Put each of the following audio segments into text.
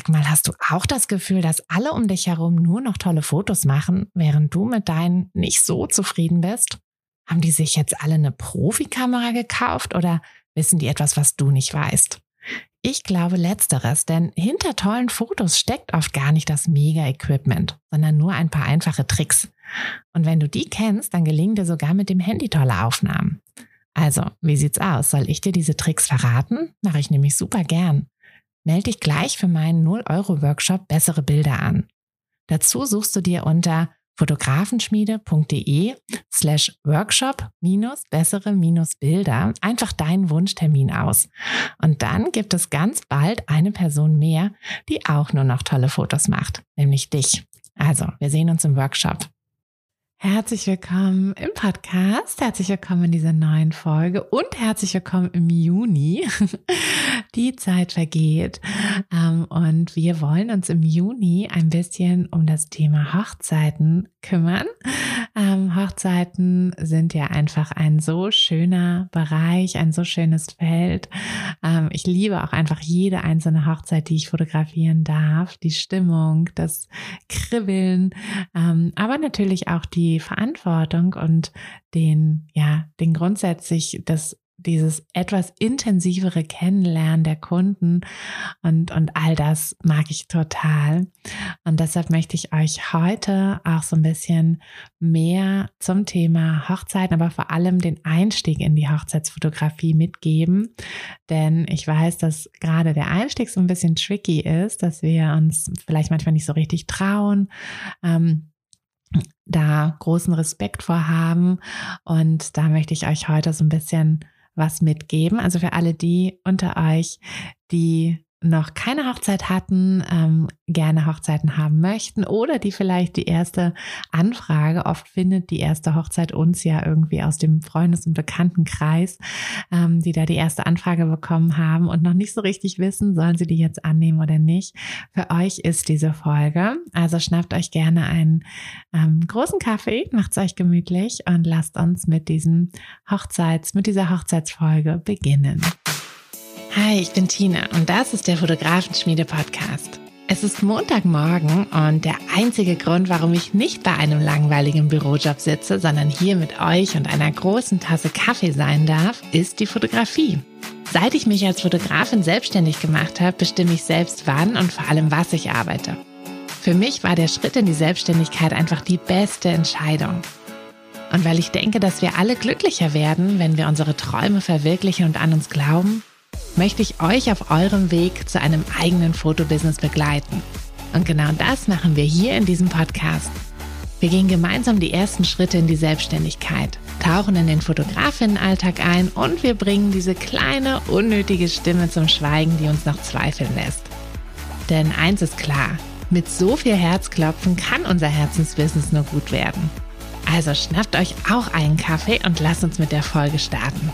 Sag mal, hast du auch das Gefühl, dass alle um dich herum nur noch tolle Fotos machen, während du mit deinen nicht so zufrieden bist? Haben die sich jetzt alle eine Profikamera gekauft oder wissen die etwas, was du nicht weißt? Ich glaube letzteres, denn hinter tollen Fotos steckt oft gar nicht das Mega-Equipment, sondern nur ein paar einfache Tricks. Und wenn du die kennst, dann gelingen dir sogar mit dem Handy tolle Aufnahmen. Also, wie sieht's aus? Soll ich dir diese Tricks verraten? Mache ich nämlich super gern. Melde dich gleich für meinen 0-Euro-Workshop Bessere Bilder an. Dazu suchst du dir unter fotografenschmiede.de/workshop-bessere-bilder einfach deinen Wunschtermin aus. Und dann gibt es ganz bald eine Person mehr, die auch nur noch tolle Fotos macht, nämlich dich. Also, wir sehen uns im Workshop. Herzlich willkommen im Podcast, herzlich willkommen in dieser neuen Folge und herzlich willkommen im Juni. Die Zeit vergeht und wir wollen uns im Juni ein bisschen um das Thema Hochzeiten kümmern. Hochzeiten sind ja einfach ein so schöner Bereich, ein so schönes Feld. Ich liebe auch einfach jede einzelne Hochzeit, die ich fotografieren darf, die Stimmung, das Kribbeln, aber natürlich auch die Verantwortung und den grundsätzlich dieses etwas intensivere Kennenlernen der Kunden und all das mag ich total. Und deshalb möchte ich euch heute auch so ein bisschen mehr zum Thema Hochzeiten, aber vor allem den Einstieg in die Hochzeitsfotografie mitgeben. Denn ich weiß, dass gerade der Einstieg so ein bisschen tricky ist, dass wir uns vielleicht manchmal nicht so richtig trauen, da großen Respekt vor haben. Und da möchte ich euch heute so ein bisschen was mitgeben. Also für alle die unter euch, die noch keine Hochzeit hatten, gerne Hochzeiten haben möchten oder die vielleicht die erste Anfrage, oft findet die erste Hochzeit uns ja irgendwie aus dem Freundes- und Bekanntenkreis, die da die erste Anfrage bekommen haben und noch nicht so richtig wissen, sollen sie die jetzt annehmen oder nicht. Für euch ist diese Folge. Also schnappt euch gerne einen großen Kaffee, macht's euch gemütlich und lasst uns mit dieser Hochzeitsfolge beginnen. Hi, ich bin Tina und das ist der Fotografenschmiede-Podcast. Es ist Montagmorgen und der einzige Grund, warum ich nicht bei einem langweiligen Bürojob sitze, sondern hier mit euch und einer großen Tasse Kaffee sein darf, ist die Fotografie. Seit ich mich als Fotografin selbstständig gemacht habe, bestimme ich selbst wann und vor allem was ich arbeite. Für mich war der Schritt in die Selbstständigkeit einfach die beste Entscheidung. Und weil ich denke, dass wir alle glücklicher werden, wenn wir unsere Träume verwirklichen und an uns glauben, möchte ich euch auf eurem Weg zu einem eigenen Fotobusiness begleiten. Und genau das machen wir hier in diesem Podcast. Wir gehen gemeinsam die ersten Schritte in die Selbstständigkeit, tauchen in den Fotografinnenalltag ein und wir bringen diese kleine, unnötige Stimme zum Schweigen, die uns noch zweifeln lässt. Denn eins ist klar, mit so viel Herzklopfen kann unser Herzensbusiness nur gut werden. Also schnappt euch auch einen Kaffee und lasst uns mit der Folge starten.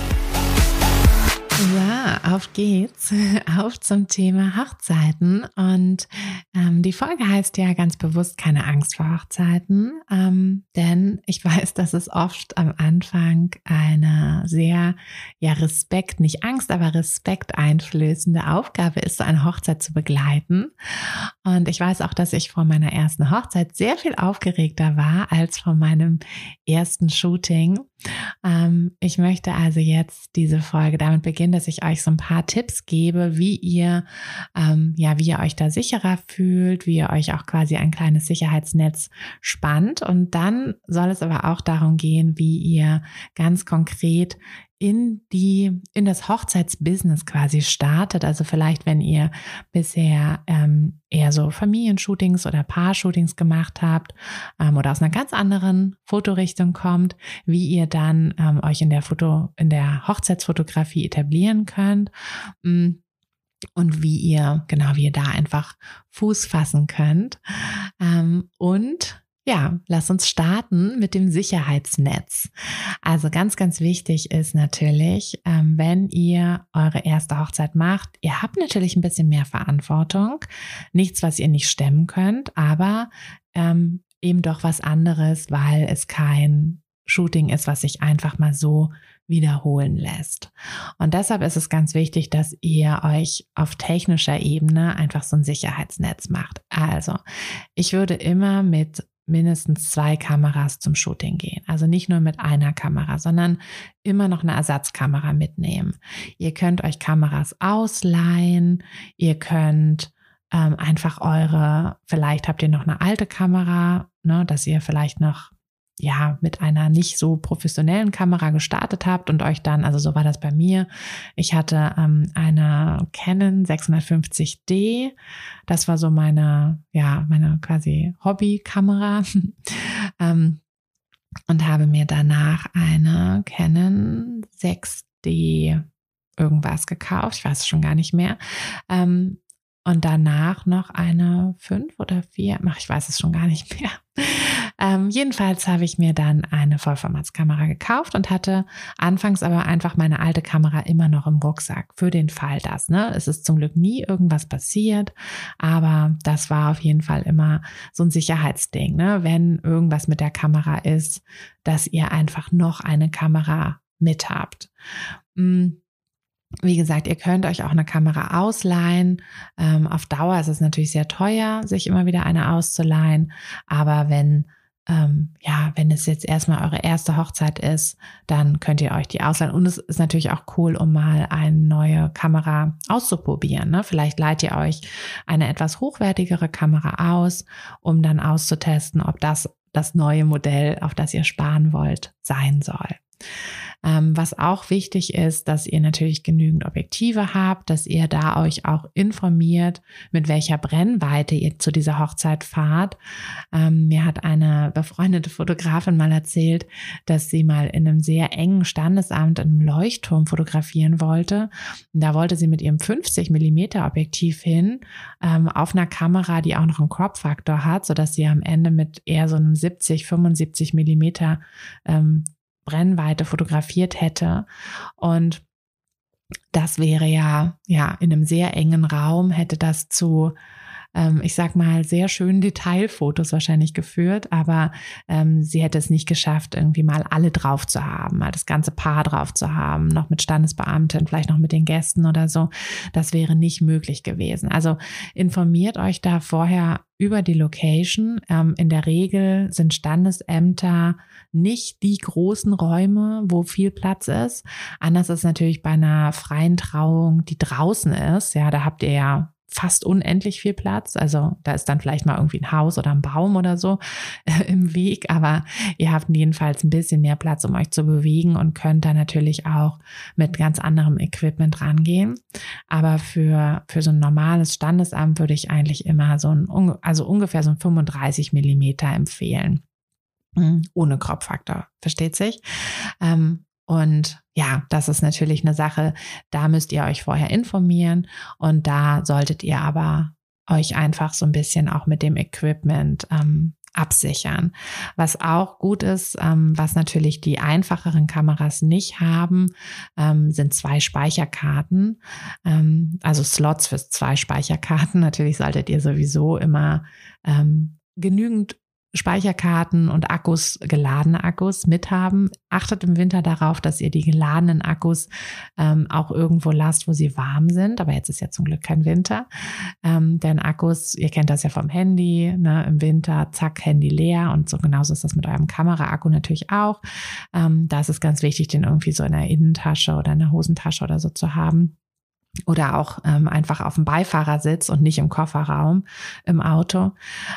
Ja, auf geht's, auf zum Thema Hochzeiten und die Folge heißt ja ganz bewusst keine Angst vor Hochzeiten, denn ich weiß, dass es oft am Anfang eine sehr, Respekt, nicht Angst, aber Respekt einflößende Aufgabe ist, so eine Hochzeit zu begleiten und ich weiß auch, dass ich vor meiner ersten Hochzeit sehr viel aufgeregter war als vor meinem ersten Shooting. Ich möchte also jetzt diese Folge damit beginnen, dass ich euch so ein paar Tipps gebe, wie ihr euch da sicherer fühlt, wie ihr euch auch quasi ein kleines Sicherheitsnetz spannt. Und dann soll es aber auch darum gehen, wie ihr ganz konkret in das Hochzeitsbusiness quasi startet. Also vielleicht, wenn ihr bisher eher so Familienshootings oder Paarshootings gemacht habt oder aus einer ganz anderen Fotorichtung kommt, wie ihr dann euch in der Hochzeitsfotografie etablieren könnt. Und wie ihr da einfach Fuß fassen könnt. Lasst uns starten mit dem Sicherheitsnetz. Also ganz, ganz wichtig ist natürlich, wenn ihr eure erste Hochzeit macht, ihr habt natürlich ein bisschen mehr Verantwortung. Nichts, was ihr nicht stemmen könnt, aber eben doch was anderes, weil es kein Shooting ist, was sich einfach mal so wiederholen lässt. Und deshalb ist es ganz wichtig, dass ihr euch auf technischer Ebene einfach so ein Sicherheitsnetz macht. Also, ich würde immer mit mindestens 2 Kameras zum Shooting gehen. Also nicht nur mit einer Kamera, sondern immer noch eine Ersatzkamera mitnehmen. Ihr könnt euch Kameras ausleihen, ihr könnt einfach vielleicht habt ihr noch eine alte Kamera, ne, dass ihr vielleicht noch mit einer nicht so professionellen Kamera gestartet habt und euch dann, also so war das bei mir, ich hatte eine Canon 650D, das war so meine quasi Hobbykamera und habe mir danach eine Canon 6D irgendwas gekauft, ich weiß es schon gar nicht mehr, und danach noch eine 5 oder 4, ich weiß es schon gar nicht mehr. Jedenfalls habe ich mir dann eine Vollformatskamera gekauft und hatte anfangs aber einfach meine alte Kamera immer noch im Rucksack für den Fall Es ist zum Glück nie irgendwas passiert, aber das war auf jeden Fall immer so ein Sicherheitsding, ne? Wenn irgendwas mit der Kamera ist, dass ihr einfach noch eine Kamera mit habt. Wie gesagt, ihr könnt euch auch eine Kamera ausleihen. Auf Dauer ist es natürlich sehr teuer, sich immer wieder eine auszuleihen. Aber wenn es jetzt erstmal eure erste Hochzeit ist, dann könnt ihr euch die ausleihen. Und es ist natürlich auch cool, um mal eine neue Kamera auszuprobieren, ne? Vielleicht leiht ihr euch eine etwas hochwertigere Kamera aus, um dann auszutesten, ob das neue Modell, auf das ihr sparen wollt, sein soll. Was auch wichtig ist, dass ihr natürlich genügend Objektive habt, dass ihr da euch auch informiert, mit welcher Brennweite ihr zu dieser Hochzeit fahrt. Mir hat eine befreundete Fotografin mal erzählt, dass sie mal in einem sehr engen Standesamt in einem Leuchtturm fotografieren wollte. Und da wollte sie mit ihrem 50 mm Objektiv hin, auf einer Kamera, die auch noch einen Crop-Faktor hat, sodass sie am Ende mit eher so einem 70, 75 mm Brennweite fotografiert hätte. Und das wäre ja in einem sehr engen Raum, hätte das zu, ich sag mal, sehr schönen Detailfotos wahrscheinlich geführt, aber sie hätte es nicht geschafft, irgendwie mal alle drauf zu haben, mal das ganze Paar drauf zu haben, noch mit Standesbeamten, vielleicht noch mit den Gästen oder so. Das wäre nicht möglich gewesen. Also informiert euch da vorher über die Location. In der Regel sind Standesämter nicht die großen Räume, wo viel Platz ist. Anders ist natürlich bei einer freien Trauung, die draußen ist. Ja, da habt ihr ja fast unendlich viel Platz. Also da ist dann vielleicht mal irgendwie ein Haus oder ein Baum oder so im Weg, aber ihr habt jedenfalls ein bisschen mehr Platz, um euch zu bewegen und könnt da natürlich auch mit ganz anderem Equipment rangehen. Aber für so ein normales Standesamt würde ich eigentlich immer ungefähr so ein 35 Millimeter empfehlen. Ohne Crop-Faktor, versteht sich? Und ja, das ist natürlich eine Sache, da müsst ihr euch vorher informieren und da solltet ihr aber euch einfach so ein bisschen auch mit dem Equipment absichern. Was auch gut ist, was natürlich die einfacheren Kameras nicht haben, sind 2 Speicherkarten, also Slots für 2 Speicherkarten. Natürlich solltet ihr sowieso immer genügend Speicherkarten und Akkus, geladene Akkus mithaben. Achtet im Winter darauf, dass ihr die geladenen Akkus auch irgendwo lasst, wo sie warm sind. Aber jetzt ist ja zum Glück kein Winter. Denn Akkus, ihr kennt das ja vom Handy, ne? Im Winter, zack, Handy leer. Und so genauso ist das mit eurem Kameraakku natürlich auch. Da ist es ganz wichtig, den irgendwie so in der Innentasche oder in der Hosentasche oder so zu haben. Oder auch einfach auf dem Beifahrersitz und nicht im Kofferraum im Auto.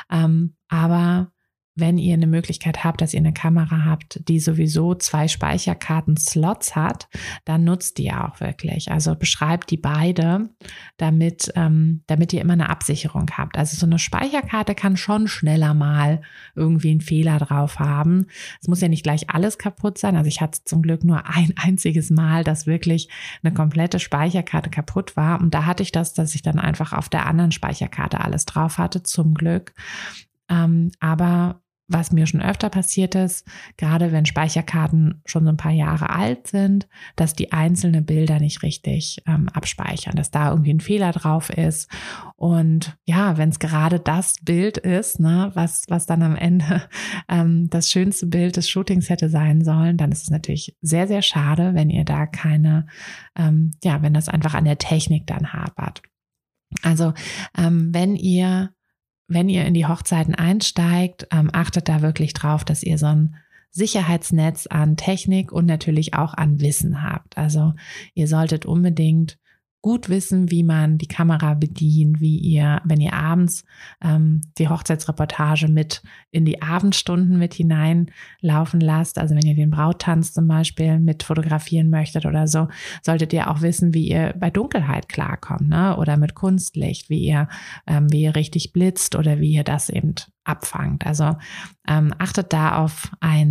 Aber wenn ihr eine Möglichkeit habt, dass ihr eine Kamera habt, die sowieso 2 Speicherkarten-Slots hat, dann nutzt die auch wirklich. Also beschreibt die beide, damit ihr immer eine Absicherung habt. Also so eine Speicherkarte kann schon schneller mal irgendwie einen Fehler drauf haben. Es muss ja nicht gleich alles kaputt sein. Also ich hatte zum Glück nur ein einziges Mal, dass wirklich eine komplette Speicherkarte kaputt war. Und da hatte ich das, dass ich dann einfach auf der anderen Speicherkarte alles drauf hatte, zum Glück. Aber was mir schon öfter passiert ist, gerade wenn Speicherkarten schon so ein paar Jahre alt sind, dass die einzelnen Bilder nicht richtig abspeichern, dass da irgendwie ein Fehler drauf ist. Und ja, wenn es gerade das Bild ist, ne, was dann am Ende das schönste Bild des Shootings hätte sein sollen, dann ist es natürlich sehr, sehr schade, wenn ihr da keine, wenn das einfach an der Technik dann hapert. Also wenn ihr in die Hochzeiten einsteigt, achtet da wirklich drauf, dass ihr so ein Sicherheitsnetz an Technik und natürlich auch an Wissen habt. Also ihr solltet unbedingt gut wissen, wie man die Kamera bedient, wenn ihr abends die Hochzeitsreportage mit in die Abendstunden mit hineinlaufen lasst, also wenn ihr den Brauttanz zum Beispiel mit fotografieren möchtet oder so, solltet ihr auch wissen, wie ihr bei Dunkelheit klarkommt, ne? Oder mit Kunstlicht, wie ihr richtig blitzt oder wie ihr das eben abfangt. Also achtet da auf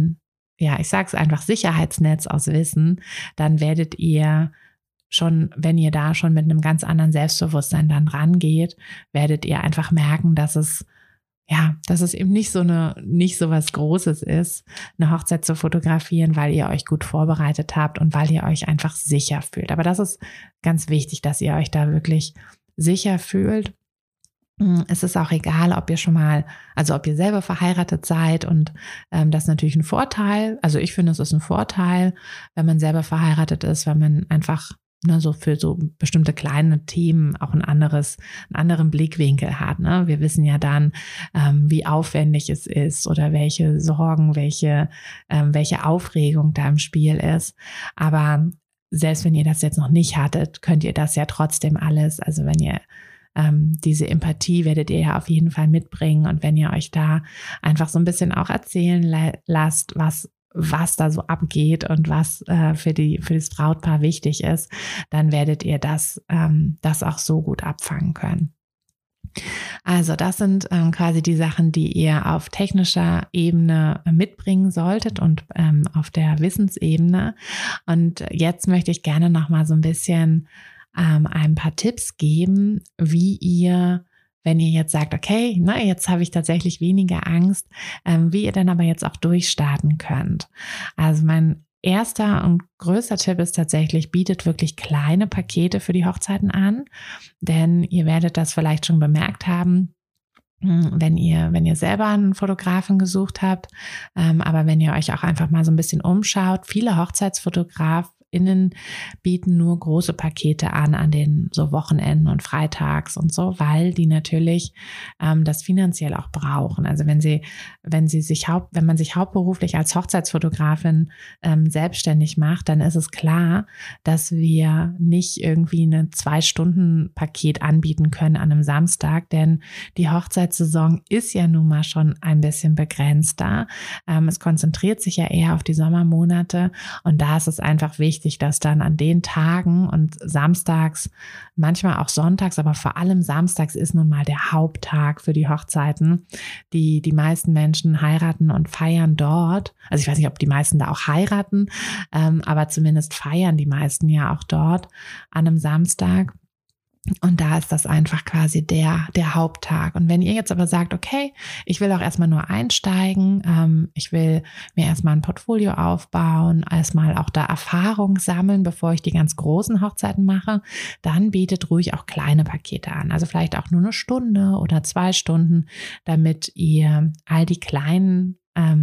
ich sage es einfach, Sicherheitsnetz aus Wissen, dann werdet ihr schon, wenn ihr da schon mit einem ganz anderen Selbstbewusstsein dann rangeht, werdet ihr einfach merken, dass es eben nicht so was Großes ist, eine Hochzeit zu fotografieren, weil ihr euch gut vorbereitet habt und weil ihr euch einfach sicher fühlt. Aber das ist ganz wichtig, dass ihr euch da wirklich sicher fühlt. Es ist auch egal, ob ihr selber verheiratet seid, und das ist natürlich ein Vorteil. Also ich finde, es ist ein Vorteil, wenn man selber verheiratet ist, weil man einfach so für so bestimmte kleine Themen auch einen anderen Blickwinkel hat. Ne? Wir wissen ja dann, wie aufwendig es ist oder welche Sorgen, welche Aufregung da im Spiel ist. Aber selbst wenn ihr das jetzt noch nicht hattet, könnt ihr das ja trotzdem alles. Also wenn ihr diese Empathie werdet ihr ja auf jeden Fall mitbringen. Und wenn ihr euch da einfach so ein bisschen auch erzählen lasst, was da so abgeht und was für das Brautpaar wichtig ist, dann werdet ihr das auch so gut abfangen können. Also das sind quasi die Sachen, die ihr auf technischer Ebene mitbringen solltet und auf der Wissensebene. Und jetzt möchte ich gerne noch mal so ein bisschen ein paar Tipps geben, wie ihr, wenn ihr jetzt sagt, okay, jetzt habe ich tatsächlich weniger Angst, wie ihr dann aber jetzt auch durchstarten könnt. Also mein erster und größter Tipp ist tatsächlich, bietet wirklich kleine Pakete für die Hochzeiten an, denn ihr werdet das vielleicht schon bemerkt haben, wenn ihr selber einen Fotografen gesucht habt, aber wenn ihr euch auch einfach mal so ein bisschen umschaut, viele HochzeitsfotografInnen bieten nur große Pakete an den so Wochenenden und freitags und so, weil die natürlich das finanziell auch brauchen. Also wenn man sich hauptberuflich als Hochzeitsfotografin selbstständig macht, dann ist es klar, dass wir nicht irgendwie eine 2-Stunden-Paket anbieten können an einem Samstag, denn die Hochzeitssaison ist ja nun mal schon ein bisschen begrenzter. Es konzentriert sich ja eher auf die Sommermonate, und da ist es einfach wichtig, dass dann an den Tagen und samstags, manchmal auch sonntags, aber vor allem samstags ist nun mal der Haupttag für die Hochzeiten. Die meisten Menschen heiraten und feiern dort. Also ich weiß nicht, ob die meisten da auch heiraten, aber zumindest feiern die meisten ja auch dort an einem Samstag. Und da ist das einfach quasi der Haupttag. Und wenn ihr jetzt aber sagt, okay, ich will auch erstmal nur einsteigen, ich will mir erstmal ein Portfolio aufbauen, erstmal auch da Erfahrung sammeln, bevor ich die ganz großen Hochzeiten mache, dann bietet ruhig auch kleine Pakete an. Also vielleicht auch nur eine Stunde oder 2 Stunden, damit ihr all die kleinen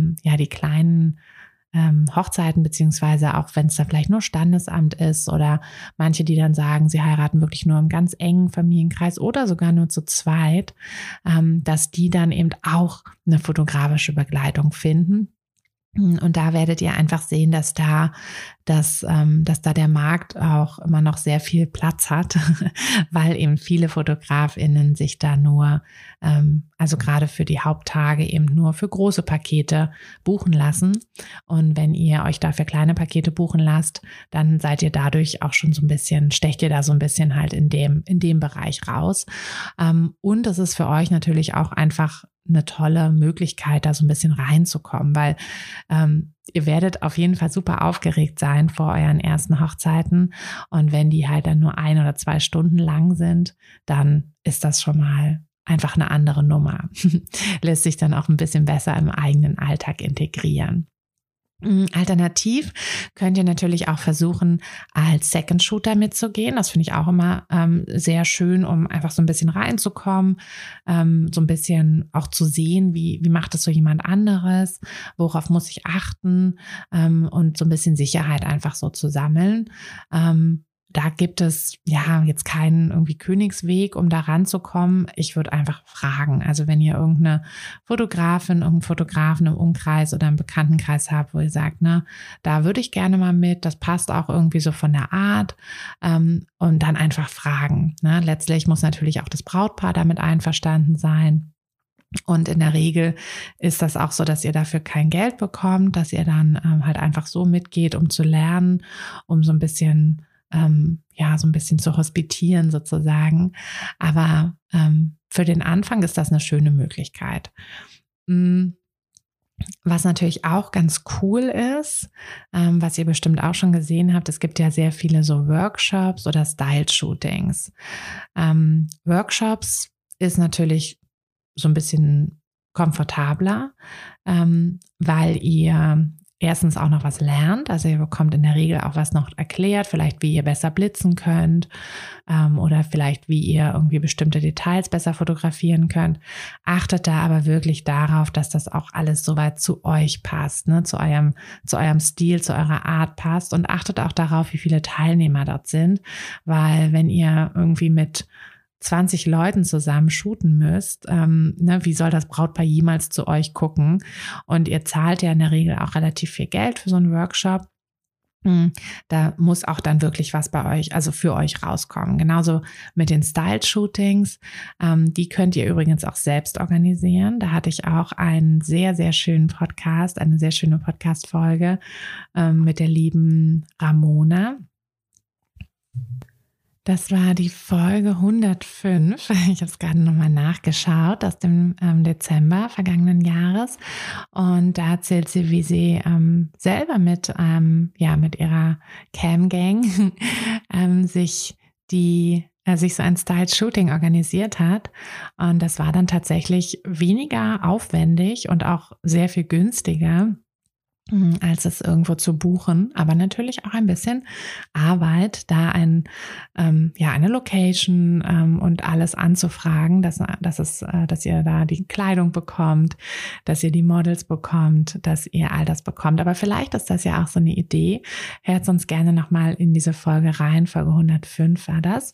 Hochzeiten, beziehungsweise auch wenn es da vielleicht nur Standesamt ist oder manche, die dann sagen, sie heiraten wirklich nur im ganz engen Familienkreis oder sogar nur zu zweit, dass die dann eben auch eine fotografische Begleitung finden. Und da werdet ihr einfach sehen, dass da der Markt auch immer noch sehr viel Platz hat, weil eben viele FotografInnen sich da nur, also gerade für die Haupttage eben nur für große Pakete buchen lassen. Und wenn ihr euch dafür kleine Pakete buchen lasst, dann seid ihr dadurch auch schon so ein bisschen, stecht ihr da so ein bisschen halt in dem Bereich raus. Und es ist für euch natürlich auch einfach eine tolle Möglichkeit, da so ein bisschen reinzukommen, weil ihr werdet auf jeden Fall super aufgeregt sein vor euren ersten Hochzeiten, und wenn die halt dann nur 1 oder 2 Stunden lang sind, dann ist das schon mal einfach eine andere Nummer. Lässt sich dann auch ein bisschen besser im eigenen Alltag integrieren. Alternativ könnt ihr natürlich auch versuchen, als Second Shooter mitzugehen. Das finde ich auch immer sehr schön, um einfach so ein bisschen reinzukommen, so ein bisschen auch zu sehen, wie macht es so jemand anderes, worauf muss ich achten, und so ein bisschen Sicherheit einfach so zu sammeln. Da gibt es ja jetzt keinen irgendwie Königsweg, um da ranzukommen. Ich würde einfach fragen. Also wenn ihr irgendeine Fotografin, irgendeinen Fotografen im Umkreis oder im Bekanntenkreis habt, wo ihr sagt, ne, da würde ich gerne mal mit, das passt auch irgendwie so von der Art, und dann einfach fragen. Ne? Letztlich muss natürlich auch das Brautpaar damit einverstanden sein. Und in der Regel ist das auch so, dass ihr dafür kein Geld bekommt, dass ihr dann halt einfach so mitgeht, um zu lernen, um so ein bisschen so ein bisschen zu hospitieren sozusagen. Aber für den Anfang ist das eine schöne Möglichkeit. Was natürlich auch ganz cool ist, was ihr bestimmt auch schon gesehen habt, es gibt ja sehr viele so Workshops oder Style-Shootings. Workshops ist natürlich so ein bisschen komfortabler, weil ihr erstens auch noch was lernt, also ihr bekommt in der Regel auch was noch erklärt, vielleicht wie ihr besser blitzen könnt, oder vielleicht wie ihr irgendwie bestimmte Details besser fotografieren könnt. Achtet da aber wirklich darauf, dass das auch alles soweit zu euch passt, ne? Zu eurem Stil, zu eurer Art passt, und achtet auch darauf, wie viele Teilnehmer dort sind, weil wenn ihr irgendwie mit 20 Leuten zusammen shooten müsst, wie soll das Brautpaar jemals zu euch gucken? Und ihr zahlt ja in der Regel auch relativ viel Geld für so einen Workshop. Da muss auch dann wirklich was bei euch, also für euch rauskommen. Genauso mit den Style-Shootings. Die könnt ihr übrigens auch selbst organisieren. Da hatte ich auch einen sehr, sehr schönen Podcast, eine sehr schöne Podcast-Folge mit der lieben Ramona. Das war die Folge 105. Ich habe es gerade nochmal nachgeschaut, aus dem Dezember vergangenen Jahres. Und da erzählt sie, wie sie selber mit ihrer Cam-Gang sich so ein Style-Shooting organisiert hat. Und das war dann tatsächlich weniger aufwendig und auch sehr viel günstiger, als es irgendwo zu buchen, aber natürlich auch ein bisschen Arbeit, da eine Location und alles anzufragen, dass ihr da die Kleidung bekommt, dass ihr die Models bekommt, dass ihr all das bekommt. Aber vielleicht ist das ja auch so eine Idee. Hört uns gerne nochmal in diese Folge rein. Folge 105 war das.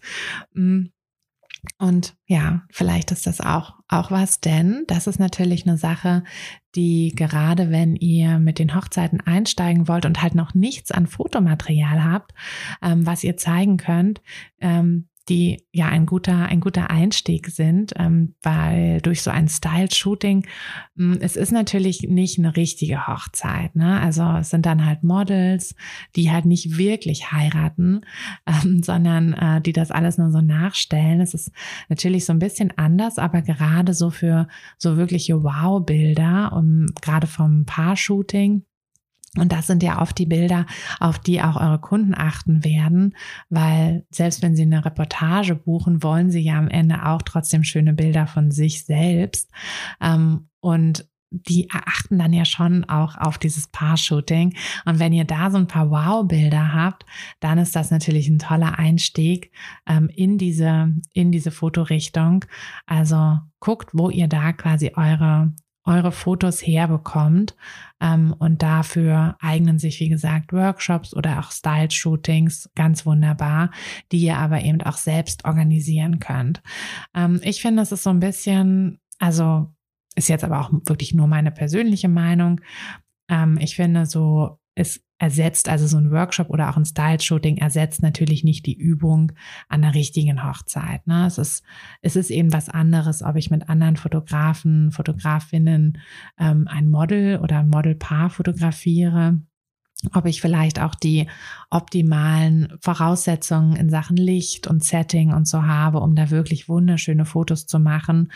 Und ja, vielleicht ist das auch was, denn das ist natürlich eine Sache, die gerade wenn ihr mit den Hochzeiten einsteigen wollt und halt noch nichts an Fotomaterial habt, was ihr zeigen könnt, die ja ein guter Einstieg sind, weil durch so ein Style-Shooting, es ist natürlich nicht eine richtige Hochzeit, ne? Also es sind dann halt Models, die halt nicht wirklich heiraten, sondern die das alles nur so nachstellen. Es ist natürlich so ein bisschen anders, aber gerade so für so wirkliche Wow-Bilder, gerade vom Paar-Shooting. Und das sind ja oft die Bilder, auf die auch eure Kunden achten werden, weil selbst wenn sie eine Reportage buchen, wollen sie ja am Ende auch trotzdem schöne Bilder von sich selbst. Und die achten dann ja schon auch auf dieses Paar-Shooting. Und wenn ihr da so ein paar Wow-Bilder habt, dann ist das natürlich ein toller Einstieg in diese Fotorichtung. Also guckt, wo ihr da quasi eure Fotos herbekommt, und dafür eignen sich, wie gesagt, Workshops oder auch Style-Shootings ganz wunderbar, die ihr aber eben auch selbst organisieren könnt. Ich finde, das ist so ein bisschen, also ist jetzt aber auch wirklich nur meine persönliche Meinung. Ich finde so, es ersetzt, also so ein Workshop oder auch ein Style-Shooting ersetzt natürlich nicht die Übung an der richtigen Hochzeit. Ne? Es ist eben was anderes, ob ich mit anderen Fotografen, Fotografinnen ein Model oder ein Modelpaar fotografiere ob ich vielleicht auch die optimalen Voraussetzungen in Sachen Licht und Setting und so habe, um da wirklich wunderschöne Fotos zu machen,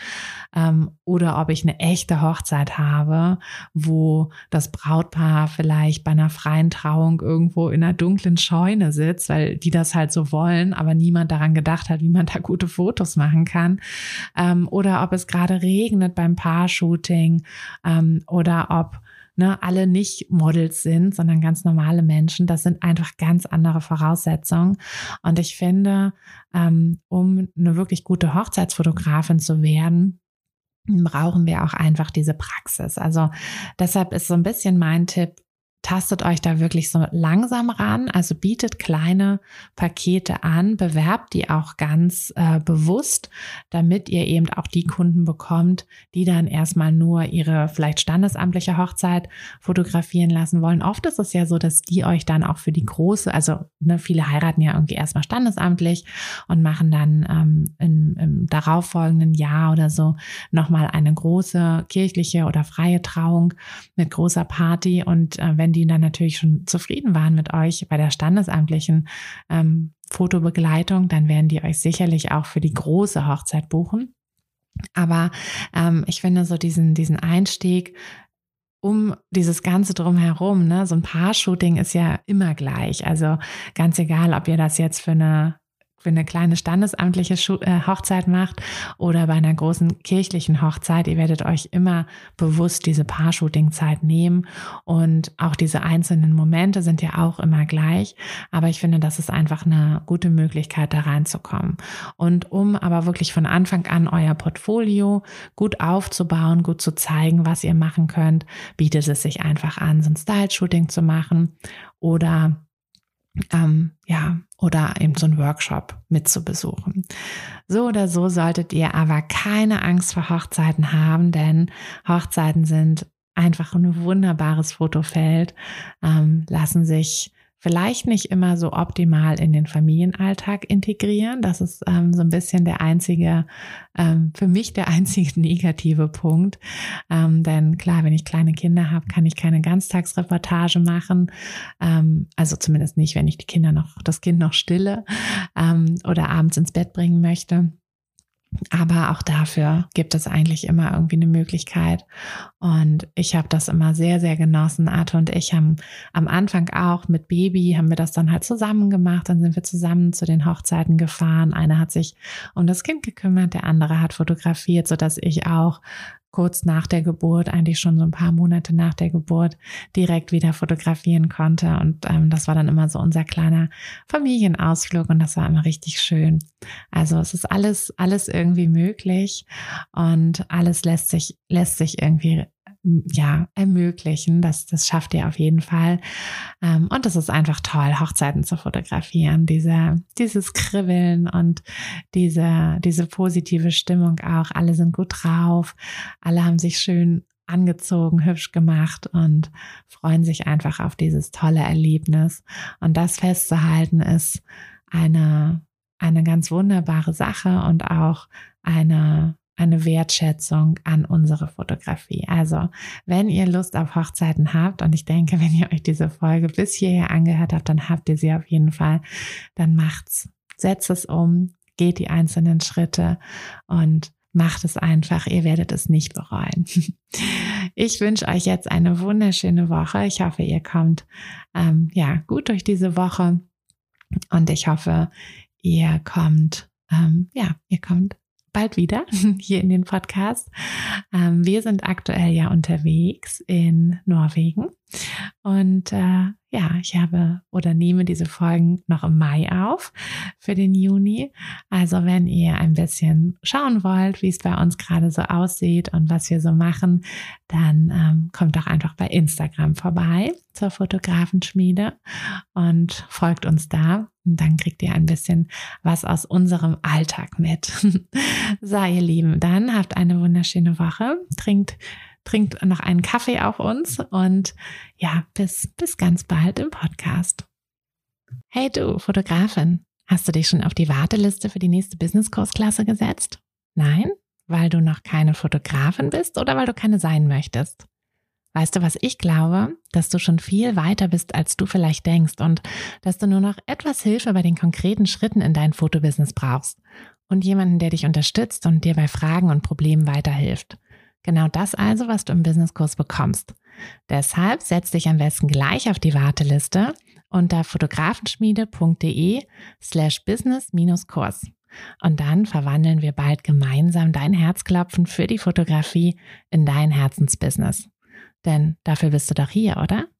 oder ob ich eine echte Hochzeit habe, wo das Brautpaar vielleicht bei einer freien Trauung irgendwo in einer dunklen Scheune sitzt, weil die das halt so wollen, aber niemand daran gedacht hat, wie man da gute Fotos machen kann, oder ob es gerade regnet beim Paar-Shooting, oder ob alle nicht Models sind, sondern ganz normale Menschen. Das sind einfach ganz andere Voraussetzungen. Und ich finde, um eine wirklich gute Hochzeitsfotografin zu werden, brauchen wir auch einfach diese Praxis. Also deshalb ist so ein bisschen mein Tipp, tastet euch da wirklich so langsam ran, also bietet kleine Pakete an, bewerbt die auch ganz bewusst, damit ihr eben auch die Kunden bekommt, die dann erstmal nur ihre vielleicht standesamtliche Hochzeit fotografieren lassen wollen. Oft ist es ja so, dass die euch dann auch für die große, also viele heiraten ja irgendwie erstmal standesamtlich und machen dann im darauffolgenden Jahr oder so nochmal eine große kirchliche oder freie Trauung mit großer Party, und wenn die dann natürlich schon zufrieden waren mit euch bei der standesamtlichen Fotobegleitung, dann werden die euch sicherlich auch für die große Hochzeit buchen. Aber ich finde so diesen Einstieg um dieses Ganze drumherum, so ein Paar-Shooting ist ja immer gleich. Also ganz egal, ob ihr das jetzt für eine kleine standesamtliche Hochzeit macht oder bei einer großen kirchlichen Hochzeit, ihr werdet euch immer bewusst diese Paar-Shooting-Zeit nehmen, und auch diese einzelnen Momente sind ja auch immer gleich, aber ich finde, das ist einfach eine gute Möglichkeit, da reinzukommen. Und um aber wirklich von Anfang an euer Portfolio gut aufzubauen, gut zu zeigen, was ihr machen könnt, bietet es sich einfach an, so ein Style-Shooting zu machen oder oder eben so einen Workshop mit zu besuchen. So oder so solltet ihr aber keine Angst vor Hochzeiten haben, denn Hochzeiten sind einfach ein wunderbares Fotofeld, lassen sich vielleicht nicht immer so optimal in den Familienalltag integrieren. Das ist so ein bisschen für mich der einzige negative Punkt. Denn klar, wenn ich kleine Kinder habe, kann ich keine Ganztagsreportage machen. Also zumindest nicht, wenn ich das Kind noch stille oder abends ins Bett bringen möchte. Aber auch dafür gibt es eigentlich immer irgendwie eine Möglichkeit. Und ich habe das immer sehr, sehr genossen. Arthur und ich haben am Anfang auch mit Baby, haben wir das dann halt zusammen gemacht. Dann sind wir zusammen zu den Hochzeiten gefahren. Einer hat sich um das Kind gekümmert, der andere hat fotografiert, sodass ich auch kurz nach der Geburt, eigentlich schon so ein paar Monate nach der Geburt, direkt wieder fotografieren konnte. Und das war dann immer so unser kleiner Familienausflug, und das war immer richtig schön. Also es ist alles irgendwie möglich, und alles lässt sich irgendwie ermöglichen. Das schafft ihr auf jeden Fall. Und es ist einfach toll, Hochzeiten zu fotografieren. Dieses Kribbeln und diese positive Stimmung auch. Alle sind gut drauf. Alle haben sich schön angezogen, hübsch gemacht und freuen sich einfach auf dieses tolle Erlebnis. Und das festzuhalten ist eine ganz wunderbare Sache und auch eine Wertschätzung an unsere Fotografie. Also, wenn ihr Lust auf Hochzeiten habt, und ich denke, wenn ihr euch diese Folge bis hierher angehört habt, dann habt ihr sie auf jeden Fall, dann macht's. Setzt es um, geht die einzelnen Schritte und macht es einfach. Ihr werdet es nicht bereuen. Ich wünsche euch jetzt eine wunderschöne Woche. Ich hoffe, ihr kommt gut durch diese Woche, und ich hoffe, ihr kommt bald wieder hier in den Podcast. Wir sind aktuell ja unterwegs in Norwegen, und ich nehme diese Folgen noch im Mai auf für den Juni. Also wenn ihr ein bisschen schauen wollt, wie es bei uns gerade so aussieht und was wir so machen, dann kommt doch einfach bei Instagram vorbei zur Fotografenschmiede und folgt uns da. Und dann kriegt ihr ein bisschen was aus unserem Alltag mit. So, ihr Lieben, dann habt eine wunderschöne Woche. Trinkt noch einen Kaffee auf uns, und bis ganz bald im Podcast. Hey du, Fotografin, hast du dich schon auf die Warteliste für die nächste Business-Kursklasse gesetzt? Nein? Weil du noch keine Fotografin bist oder weil du keine sein möchtest? Weißt du, was ich glaube? Dass du schon viel weiter bist, als du vielleicht denkst und dass du nur noch etwas Hilfe bei den konkreten Schritten in dein Fotobusiness brauchst und jemanden, der dich unterstützt und dir bei Fragen und Problemen weiterhilft. Genau das also, was du im Businesskurs bekommst. Deshalb setz dich am besten gleich auf die Warteliste unter fotografenschmiede.de/business-Kurs. Und dann verwandeln wir bald gemeinsam dein Herzklopfen für die Fotografie in dein Herzensbusiness. Denn dafür bist du doch hier, oder?